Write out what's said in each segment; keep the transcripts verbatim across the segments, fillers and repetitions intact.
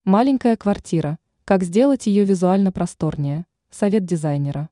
Маленькая квартира. Как сделать ее визуально просторнее? Совет дизайнера.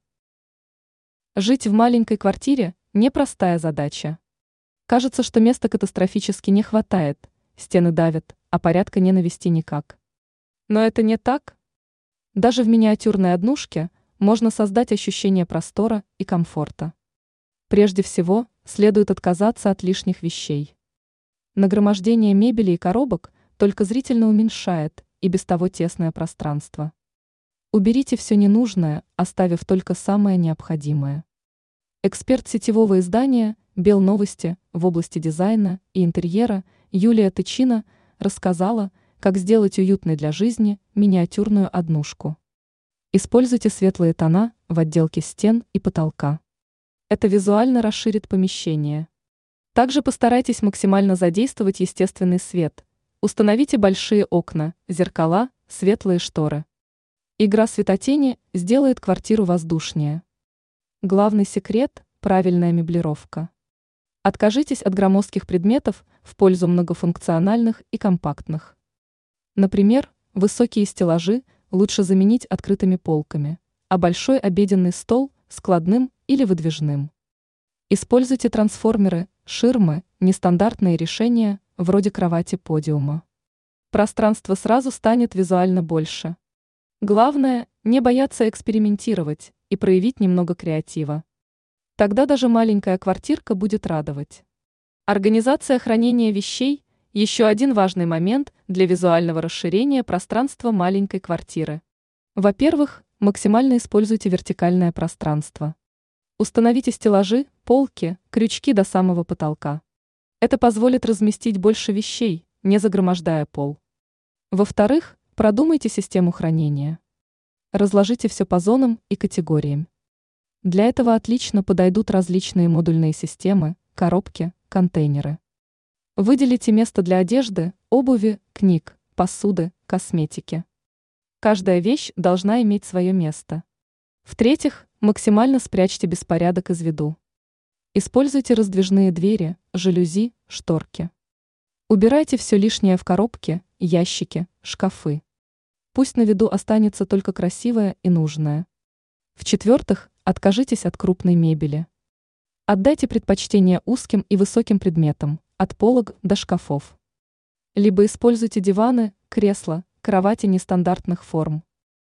Жить в маленькой квартире – непростая задача. Кажется, что места катастрофически не хватает, стены давят, а порядка не навести никак. Но это не так. Даже в миниатюрной однушке можно создать ощущение простора и комфорта. Прежде всего, следует отказаться от лишних вещей. Нагромождение мебели и коробок только зрительно уменьшает и без того тесное пространство. Уберите все ненужное, оставив только самое необходимое. Эксперт сетевого издания «Белновости» в области дизайна и интерьера Юлия Тычина рассказала, как сделать уютной для жизни миниатюрную однушку. Используйте светлые тона в отделке стен и потолка. Это визуально расширит помещение. Также постарайтесь максимально задействовать естественный свет. Установите большие окна, зеркала, светлые шторы. Игра светотени сделает квартиру воздушнее. Главный секрет – правильная меблировка. Откажитесь от громоздких предметов в пользу многофункциональных и компактных. Например, высокие стеллажи лучше заменить открытыми полками, а большой обеденный стол – складным или выдвижным. Используйте трансформеры, ширмы, нестандартные решения, вроде кровати-подиума. Пространство сразу станет визуально больше. Главное – не бояться экспериментировать и проявить немного креатива. Тогда даже маленькая квартирка будет радовать. Организация хранения вещей – еще один важный момент для визуального расширения пространства маленькой квартиры. Во-первых, максимально используйте вертикальное пространство. Установите стеллажи, полки, крючки до самого потолка. Это позволит разместить больше вещей, не загромождая пол. Во-вторых, продумайте систему хранения. Разложите все по зонам и категориям. Для этого отлично подойдут различные модульные системы, коробки, контейнеры. Выделите место для одежды, обуви, книг, посуды, косметики. Каждая вещь должна иметь свое место. В-третьих, максимально спрячьте беспорядок из виду. Используйте раздвижные двери, жалюзи, шторки. Убирайте все лишнее в коробки, ящики, шкафы. Пусть на виду останется только красивое и нужное. В-четвертых, откажитесь от крупной мебели. Отдайте предпочтение узким и высоким предметам, от полок до шкафов. Либо используйте диваны, кресла, кровати нестандартных форм.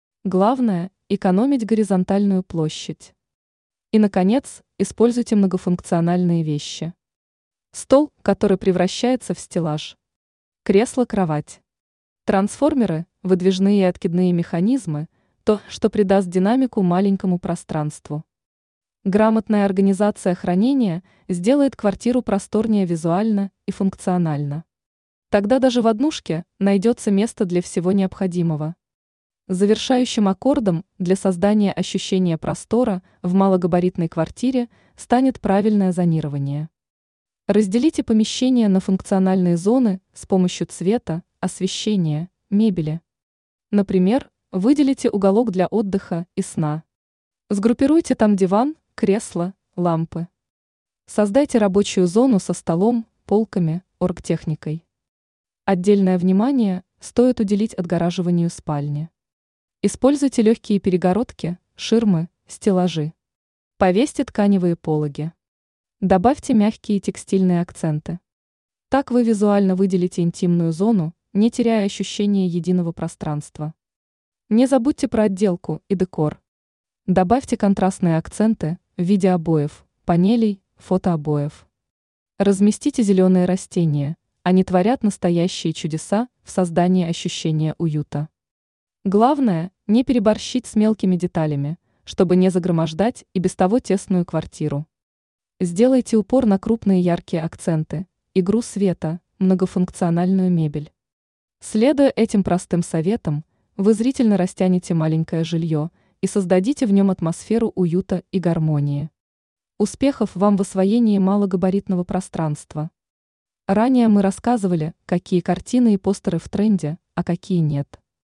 Главное – экономить горизонтальную площадь. И, наконец, используйте многофункциональные вещи. Стол, который превращается в стеллаж. Кресло-кровать. Трансформеры, выдвижные и откидные механизмы – то, что придаст динамику маленькому пространству. Грамотная организация хранения сделает квартиру просторнее визуально и функционально. Тогда даже в однушке найдется место для всего необходимого. Завершающим аккордом для создания ощущения простора в малогабаритной квартире станет правильное зонирование. Разделите помещение на функциональные зоны с помощью цвета, освещения, мебели. Например, выделите уголок для отдыха и сна. Сгруппируйте там диван, кресло, лампы. Создайте рабочую зону со столом, полками, оргтехникой. Отдельное внимание стоит уделить отгораживанию спальни. Используйте легкие перегородки, ширмы, стеллажи. Повесьте тканевые пологи. Добавьте мягкие текстильные акценты. Так вы визуально выделите интимную зону, не теряя ощущения единого пространства. Не забудьте про отделку и декор. Добавьте контрастные акценты в виде обоев, панелей, фотообоев. Разместите зеленые растения, они творят настоящие чудеса в создании ощущения уюта. Главное, не переборщить с мелкими деталями, чтобы не загромождать и без того тесную квартиру. Сделайте упор на крупные яркие акценты, игру света, многофункциональную мебель. Следуя этим простым советам, вы зрительно растянете маленькое жилье и создадите в нем атмосферу уюта и гармонии. Успехов вам в освоении малогабаритного пространства. Ранее мы рассказывали, какие картины и постеры в тренде, а какие нет.